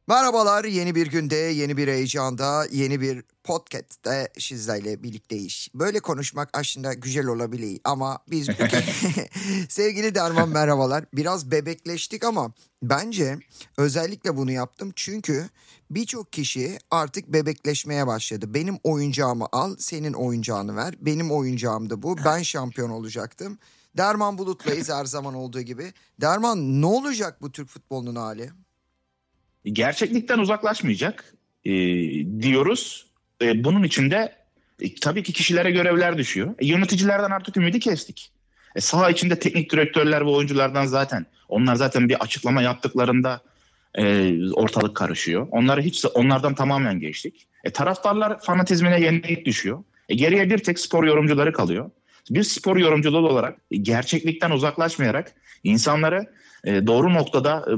Merhabalar, yeni bir günde, yeni bir heyecanda, yeni bir podcast'te sizlerle birlikteyiz. Böyle konuşmak aslında güzel olabilir ama biz bu kez... Sevgili Derman merhabalar. Biraz bebekleştik ama bence özellikle bunu yaptım çünkü birçok kişi artık bebekleşmeye başladı. Benim oyuncağımı al, senin oyuncağını ver. Benim oyuncağım da bu. Ben şampiyon olacaktım. Derman Bulut'layız her zaman olduğu gibi. Derman, ne olacak bu Türk futbolunun hali? Gerçeklikten uzaklaşmayacak diyoruz. Bunun için de tabii ki kişilere görevler düşüyor. Yöneticilerden artık ümidi kestik. Saha içinde teknik direktörler ve oyunculardan onlar zaten bir açıklama yaptıklarında ortalık karışıyor. Onlardan tamamen geçtik. Taraftarlar fanatizmine yenik düşüyor. Geriye bir tek spor yorumcuları kalıyor. Bir spor yorumcuları olarak gerçeklikten uzaklaşmayarak insanları doğru noktada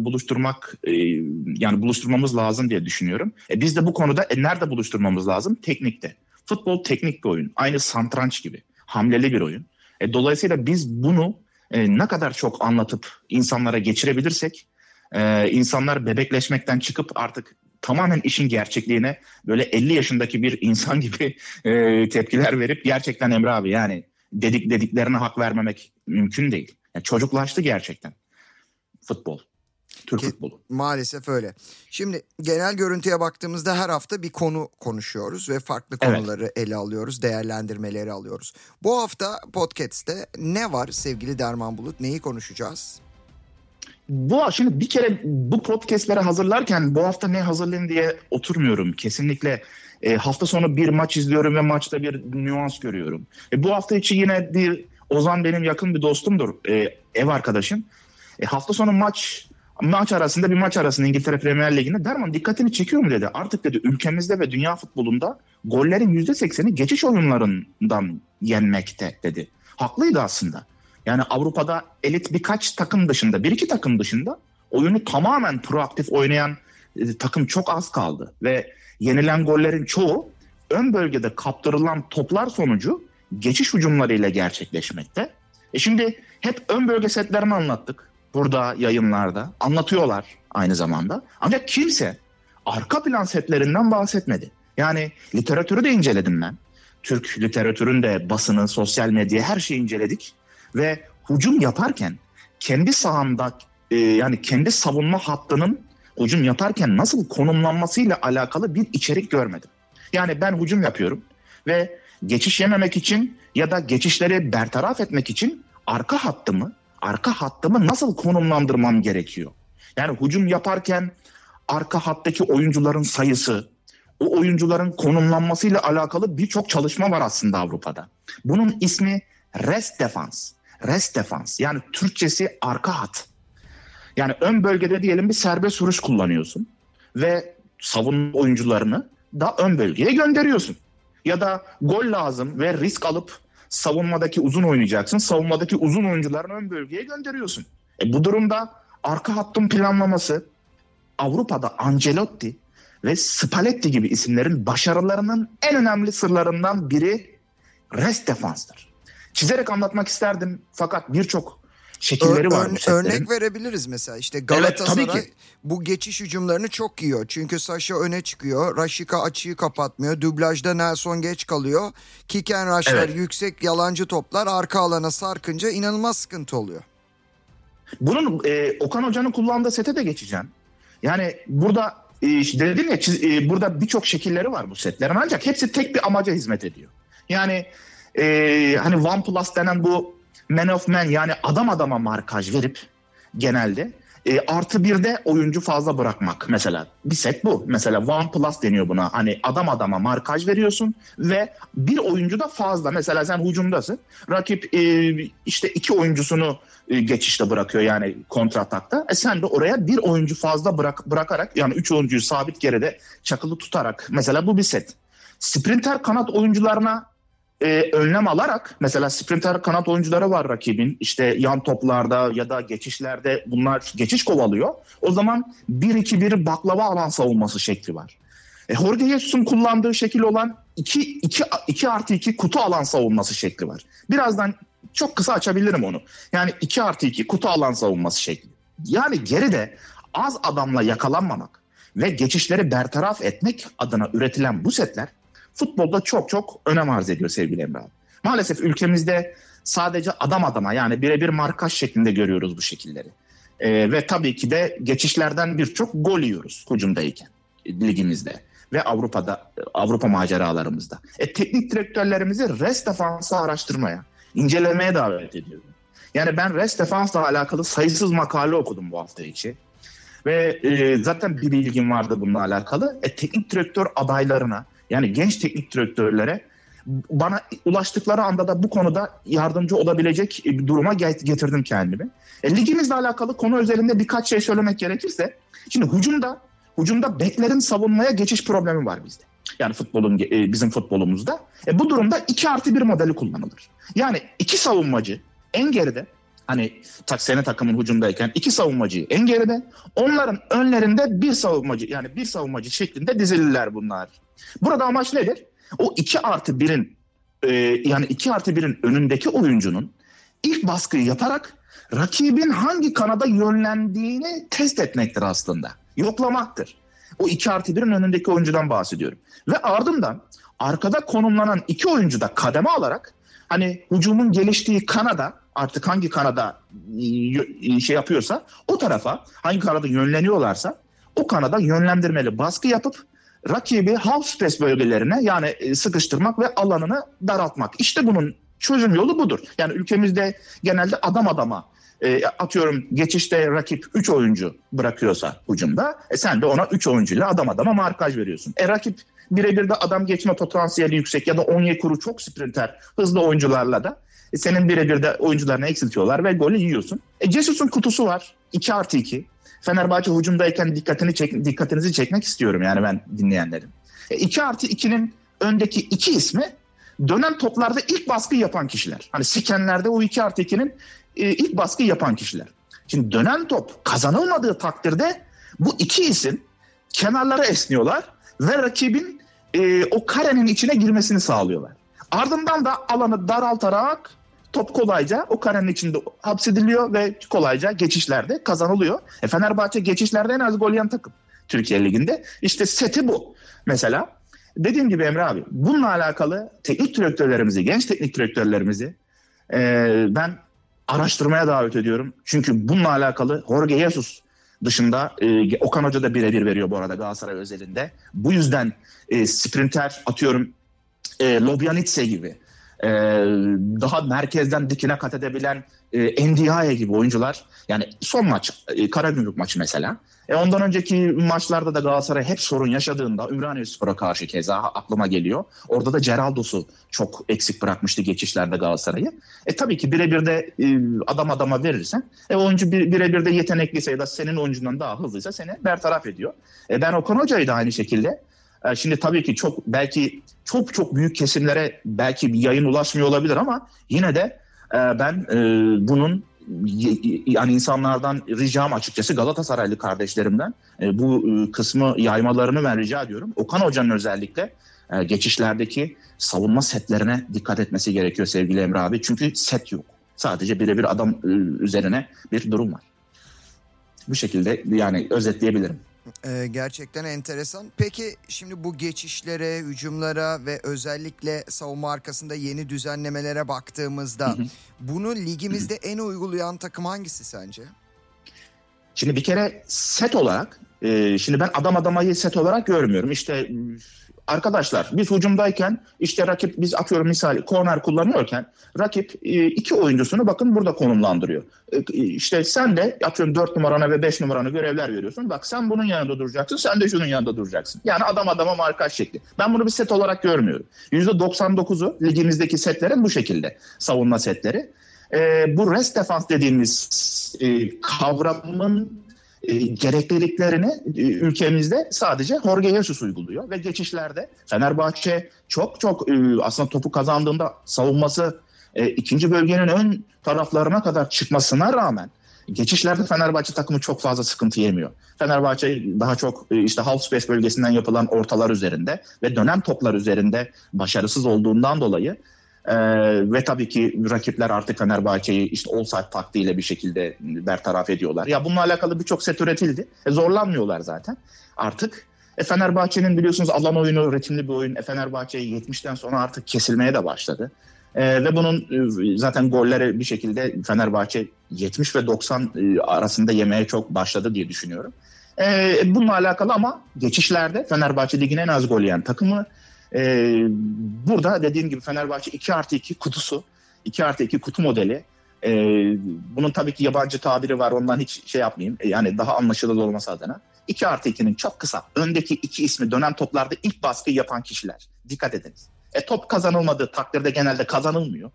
buluşturmamız lazım diye düşünüyorum. Biz de bu konuda nerede buluşturmamız lazım? Teknikte. Futbol teknik bir oyun. Aynı satranç gibi. Hamleli bir oyun. Dolayısıyla biz bunu ne kadar çok anlatıp insanlara geçirebilirsek insanlar bebekleşmekten çıkıp artık tamamen işin gerçekliğine böyle 50 yaşındaki bir insan gibi tepkiler verip gerçekten Emre abi yani dediklerine hak vermemek mümkün değil. Yani çocuklaştı gerçekten futbol. Türk futbolu. Maalesef öyle. Şimdi genel görüntüye baktığımızda her hafta bir konu konuşuyoruz ve farklı konuları ele alıyoruz, değerlendirmeleri alıyoruz. Bu hafta podcast'te ne var sevgili Derman Bulut? Neyi konuşacağız? Şimdi bir kere bu podcast'lere hazırlarken bu hafta ne hazırlayayım diye oturmuyorum. Kesinlikle hafta sonu bir maç izliyorum ve maçta bir nüans görüyorum. Bu hafta içi yine Ozan benim yakın bir dostumdur, ev arkadaşım. Hafta sonu maç arasında İngiltere Premier Ligi'nde Derman dikkatini çekiyor mu dedi. Artık dedi ülkemizde ve dünya futbolunda gollerin %80'i geçiş oyunlarından yenmekte dedi. Haklıydı aslında. Yani Avrupa'da elit bir iki takım dışında oyunu tamamen proaktif oynayan takım çok az kaldı. Ve yenilen gollerin çoğu ön bölgede kaptırılan toplar sonucu geçiş hücumlarıyla gerçekleşmekte. Şimdi hep ön bölge setlerini anlattık. Burada yayınlarda anlatıyorlar aynı zamanda. Ancak kimse arka plan setlerinden bahsetmedi. Yani literatürü de inceledim ben. Türk literatüründe basını, sosyal medya her şeyi inceledik. Ve hücum yaparken kendi sahanda yani kendi savunma hattının hücum yaparken nasıl konumlanmasıyla alakalı bir içerik görmedim. Yani ben hücum yapıyorum ve geçiş yememek için ya da geçişleri bertaraf etmek için arka hattımı nasıl konumlandırmam gerekiyor? Yani hücum yaparken arka hattaki oyuncuların sayısı, o oyuncuların konumlanmasıyla alakalı birçok çalışma var aslında Avrupa'da. Bunun ismi rest defans. Yani Türkçesi arka hat. Yani ön bölgede diyelim bir serbest vuruş kullanıyorsun ve savunma oyuncularını da ön bölgeye gönderiyorsun. Ya da gol lazım ve risk alıp savunmadaki uzun oynayacaksın. Savunmadaki uzun oyuncularını ön bölgeye gönderiyorsun. Bu durumda arka hattın planlaması Avrupa'da Ancelotti ve Spalletti gibi isimlerin başarılarının en önemli sırlarından biri rest defanstır. Çizerek anlatmak isterdim fakat birçok şekilleri var bu setlerin. Örnek verebiliriz mesela işte Galatasaray bu geçiş hücumlarını çok yiyor. Çünkü Saşa öne çıkıyor. Rashica açıyı kapatmıyor. Dublajda Nelson geç kalıyor. Kick and rush'lar yüksek yalancı toplar arka alana sarkınca inanılmaz sıkıntı oluyor. Bunun Okan Hoca'nın kullandığı sete de geçeceğim. Yani burada dedim ya burada birçok şekilleri var bu setlerin ancak hepsi tek bir amaca hizmet ediyor. Yani hani One Plus denen bu man of man yani adam adama markaj verip genelde artı bir de oyuncu fazla bırakmak mesela. Bir set bu. Mesela One Plus deniyor buna. Hani adam adama markaj veriyorsun ve bir oyuncu da fazla. Mesela sen hücumdasın. Rakip işte iki oyuncusunu geçişte bırakıyor yani kontratakta. Sen de oraya bir oyuncu fazla bırakarak yani 3 oyuncuyu sabit geride çakılı tutarak mesela bu bir set. Sprinter kanat oyuncularına önlem alarak mesela sprinter kanat oyuncuları var rakibin işte yan toplarda ya da geçişlerde bunlar geçiş kovalıyor. O zaman 1-2-1 baklava alan savunması şekli var. Jorge Jesus'un kullandığı şekil olan 2+2 kutu alan savunması şekli var. Birazdan çok kısa açabilirim onu. Yani 2+2 kutu alan savunması şekli. Yani geride az adamla yakalanmamak ve geçişleri bertaraf etmek adına üretilen bu setler futbolda çok çok önem arz ediyor sevgili Emre abi. Maalesef ülkemizde sadece adam adama, yani birebir markaj şeklinde görüyoruz bu şekilleri. Ve tabii ki de geçişlerden birçok gol yiyoruz hücumdayken ligimizde ve Avrupa maceralarımızda. Teknik direktörlerimizi res defansı araştırmaya, incelemeye davet ediyorum. Yani ben res defansla alakalı sayısız makale okudum bu hafta içi. Ve zaten bir bilgim vardı bununla alakalı. Teknik direktör adaylarına, yani genç teknik direktörlere bana ulaştıkları anda da bu konuda yardımcı olabilecek bir duruma getirdim kendimi. Ligimizle alakalı konu özelinde birkaç şey söylemek gerekirse, şimdi hücumda beklerin savunmaya geçiş problemi var bizde. Yani bizim futbolumuzda. Bu durumda 2+1 modeli kullanılır. Yani 2 savunmacı en geride, hani senin takımın hücumdayken 2 savunmacı en geride, onların önlerinde bir savunmacı şeklinde dizilirler bunlar. Burada amaç nedir? O 2+1'in yani 2+1'in önündeki oyuncunun ilk baskıyı yaparak rakibin hangi kanada yönlendiğini test etmektir aslında. Yoklamaktır. O 2+1'in önündeki oyuncudan bahsediyorum. Ve ardından arkada konumlanan 2 oyuncu da kademe alarak hani hücumun geliştiği kanada, artık hangi kanada şey yapıyorsa o tarafa, hangi kanada yönleniyorlarsa o kanada yönlendirmeli baskı yapıp rakibi half space bölgelerine, yani sıkıştırmak ve alanını daraltmak. İşte bunun çözüm yolu budur. Yani ülkemizde genelde adam adama atıyorum geçişte rakip 3 oyuncu bırakıyorsa hücumda sen de ona 3 oyuncuyla adam adama markaj veriyorsun. Rakip birebir de adam geçme potansiyeli yüksek ya da Onyekuru çok sprinter hızlı oyuncularla da senin birebir de oyuncularını eksiltiyorlar ve golü yiyorsun. Jesus'un kutusu var 2+2. Fenerbahçe hücumdayken dikkatinizi çekmek istiyorum yani ben dinleyenlerin. 2+2'nin öndeki 2 ismi dönen toplarda ilk baskı yapan kişiler. Hani skenlerde o 2+2'nin ilk baskı yapan kişiler. Şimdi dönen top kazanılmadığı takdirde bu 2 isim kenarlara esniyorlar ve rakibin o karenin içine girmesini sağlıyorlar. Ardından da alanı daraltarak top kolayca o karenin içinde hapsediliyor ve kolayca geçişlerde kazanılıyor. Fenerbahçe geçişlerde en az gol yiyen takım Türkiye Ligi'nde. İşte seti bu. Mesela dediğim gibi Emre abi, bununla alakalı teknik direktörlerimizi, genç teknik direktörlerimizi ben araştırmaya davet ediyorum. Çünkü bununla alakalı Jorge Jesus dışında Okan Hoca da birebir veriyor bu arada Galatasaray özelinde. Bu yüzden sprinter atıyorum Lobjanitse gibi daha merkezden dikine kat edebilen Ndiaye gibi oyuncular, yani son maç Karagümrük maçı mesela. Ondan önceki maçlarda da Galatasaray hep sorun yaşadığında Ümraniyespor'a karşı keza aklıma geliyor. Orada da Geraldos'u çok eksik bırakmıştı geçişlerde Galatasaray'ı. Tabii ki birebir de adam adama verirsen oyuncu birebir de yetenekliyse ya da senin oyuncundan daha hızlıysa seni bertaraf ediyor. Ben Okan Hoca'yı da aynı şekilde. Şimdi tabii ki belki çok büyük kesimlere belki bir yayın ulaşmıyor olabilir ama yine de ben bunun yani insanlardan ricam açıkçası Galatasaraylı kardeşlerimden bu kısmı yaymalarını ben rica ediyorum. Okan Hoca'nın özellikle geçişlerdeki savunma setlerine dikkat etmesi gerekiyor sevgili Emre abi. Çünkü set yok. Sadece birebir adam üzerine bir durum var. Bu şekilde yani özetleyebilirim. Gerçekten enteresan. Peki şimdi bu geçişlere, hücumlara ve özellikle savunma arkasında yeni düzenlemelere baktığımızda bunu ligimizde en uygulayan takım hangisi sence? Şimdi bir kere set olarak, şimdi ben adam adamayı set olarak görmüyorum. İşte arkadaşlar biz hücumdayken işte rakip, biz atıyorum misal korner kullanıyorken rakip 2 oyuncusunu bakın burada konumlandırıyor. İşte sen de atıyorum 4 numarana ve 5 numarana görevler veriyorsun. Bak sen bunun yanında duracaksın, sen de şunun yanında duracaksın. Yani adam adama markaj şekli. Ben bunu bir set olarak görmüyorum. %99'u ligimizdeki setlerin bu şekilde savunma setleri. Bu rest defans dediğimiz kavramın gerekliliklerini ülkemizde sadece Jorge Jesus uyguluyor ve geçişlerde Fenerbahçe çok aslında topu kazandığında savunması ikinci bölgenin ön taraflarına kadar çıkmasına rağmen geçişlerde Fenerbahçe takımı çok fazla sıkıntı yemiyor. Fenerbahçe daha çok işte half space bölgesinden yapılan ortalar üzerinde ve dönem toplar üzerinde başarısız olduğundan dolayı Ve tabii ki rakipler artık Fenerbahçe'yi işte offside taktiğiyle bir şekilde bertaraf ediyorlar. Ya bununla alakalı birçok set üretildi. Zorlanmıyorlar zaten artık. Fenerbahçe'nin biliyorsunuz alan oyunu, ritimli bir oyun. Fenerbahçe 70'ten sonra artık kesilmeye de başladı. Ve bunun zaten golleri bir şekilde Fenerbahçe 70 ve 90 arasında yemeye çok başladı diye düşünüyorum. Bununla alakalı ama geçişlerde Fenerbahçe ligin en az gol yiyen takımı. Burada dediğim gibi Fenerbahçe 2+2 kutusu, 2+2 kutu modeli. Bunun tabii ki yabancı tabiri var, ondan hiç şey yapmayayım. Yani daha anlaşılır olması adına. 2+2'nin çok kısa öndeki iki ismi dönen toplarda ilk baskıyı yapan kişiler. Dikkat ediniz. Top kazanılmadığı takdirde genelde kazanılmıyor.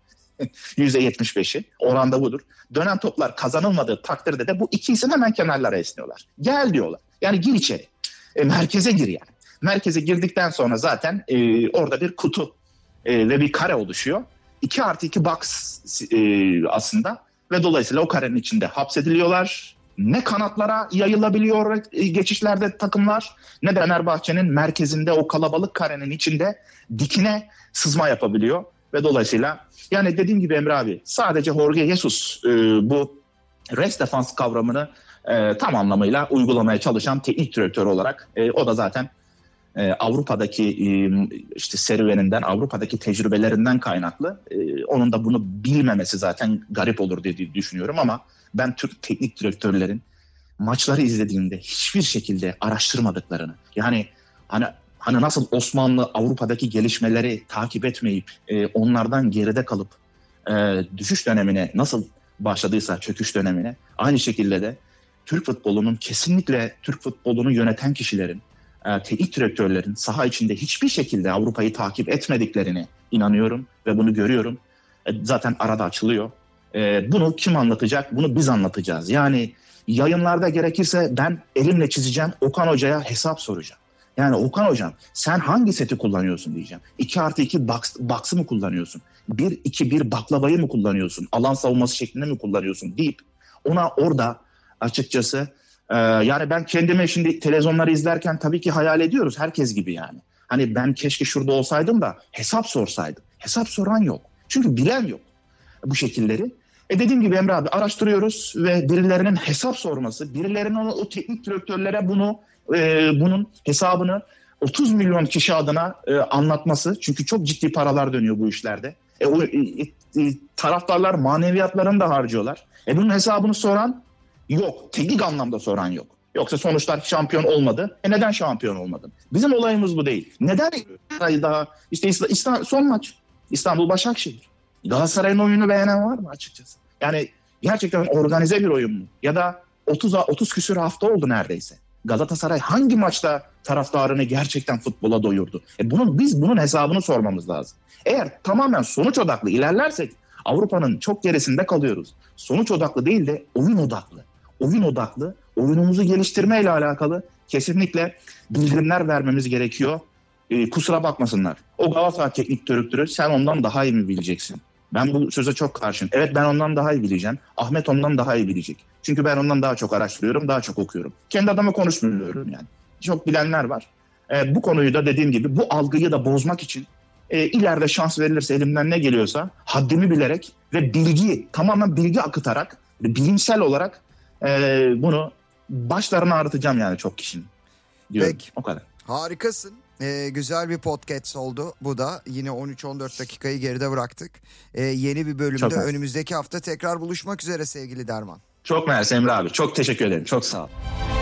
%75'i oranda budur. Dönen toplar kazanılmadığı takdirde de bu iki isim hemen kenarlara esniyorlar. Gel diyorlar. Yani gir içeri. Merkeze gir yani. Merkeze girdikten sonra zaten orada bir kutu ve bir kare oluşuyor. 2+2 box aslında ve dolayısıyla o karenin içinde hapsediliyorlar. Ne kanatlara yayılabiliyor geçişlerde takımlar ne de Fenerbahçe'nin merkezinde o kalabalık karenin içinde dikine sızma yapabiliyor. Ve dolayısıyla yani dediğim gibi Emre abi sadece Jorge Jesus bu rest defans kavramını tam anlamıyla uygulamaya çalışan teknik direktör olarak o da zaten Avrupa'daki işte serüveninden, Avrupa'daki tecrübelerinden kaynaklı. Onun da bunu bilmemesi zaten garip olur diye düşünüyorum ama ben Türk teknik direktörlerin maçları izlediğimde hiçbir şekilde araştırmadıklarını, yani hani nasıl Osmanlı Avrupa'daki gelişmeleri takip etmeyip onlardan geride kalıp düşüş dönemine nasıl başladıysa çöküş dönemine, aynı şekilde de Türk futbolunun kesinlikle Türk futbolunu yöneten kişilerin, teknik direktörlerin saha içinde hiçbir şekilde Avrupa'yı takip etmediklerini inanıyorum ve bunu görüyorum. Zaten arada açılıyor. Bunu kim anlatacak? Bunu biz anlatacağız. Yani yayınlarda gerekirse ben elimle çizeceğim, Okan Hoca'ya hesap soracağım. Yani Okan Hocam sen hangi seti kullanıyorsun diyeceğim. 2+2 box'ı mı kullanıyorsun? 1-2-1 baklavayı mı kullanıyorsun? Alan savunması şeklinde mi kullanıyorsun deyip ona orada açıkçası yani ben kendime şimdi televizyonları izlerken tabii ki hayal ediyoruz herkes gibi yani. Hani ben keşke şurada olsaydım da hesap sorsaydım. Hesap soran yok. Çünkü bilen yok bu şekilleri. Dediğim gibi Emre abi araştırıyoruz ve birilerinin hesap sorması, birilerinin o teknik direktörlere bunun hesabını 30 milyon kişi adına anlatması. Çünkü çok ciddi paralar dönüyor bu işlerde. Taraftarlar maneviyatlarını da harcıyorlar. Bunun hesabını soran yok. Teknik anlamda soran yok. Yoksa sonuçlar şampiyon olmadı. Neden şampiyon olmadın? Bizim olayımız bu değil. Neden daha işte son maç İstanbul Başakşehir. Galatasaray'ın oyununu beğenen var mı açıkçası? Yani gerçekten organize bir oyun mu? Ya da 30 küsür hafta oldu neredeyse. Galatasaray hangi maçta taraftarını gerçekten futbola doyurdu? Biz bunun hesabını sormamız lazım. Eğer tamamen sonuç odaklı ilerlersek Avrupa'nın çok gerisinde kalıyoruz. Sonuç odaklı değil de oyun odaklı. Oyun odaklı, oyunumuzu geliştirmeyle alakalı kesinlikle bildirimler vermemiz gerekiyor. Kusura bakmasınlar. O Galatasaray teknik direktörü sen ondan daha iyi mi bileceksin? Ben bu söze çok karşıyım. Evet ben ondan daha iyi bileceğim. Ahmet ondan daha iyi bilecek. Çünkü ben ondan daha çok araştırıyorum, daha çok okuyorum. Kendi adıma konuşmuyorum yani. Çok bilenler var. Bu konuyu da dediğim gibi bu algıyı da bozmak için ileride şans verilirse elimden ne geliyorsa haddimi bilerek ve tamamen bilgi akıtarak, bilimsel olarak bunu başlarına ağrıtacağım yani çok kişinin. Diyorum. Peki. O kadar. Harikasın. Güzel bir podcast oldu bu da. Yine 13-14 dakikayı geride bıraktık. Yeni bir bölümde önümüzdeki hafta tekrar buluşmak üzere sevgili Derman. Çok mersi Emre abi. Çok teşekkür ederim. Çok sağ ol.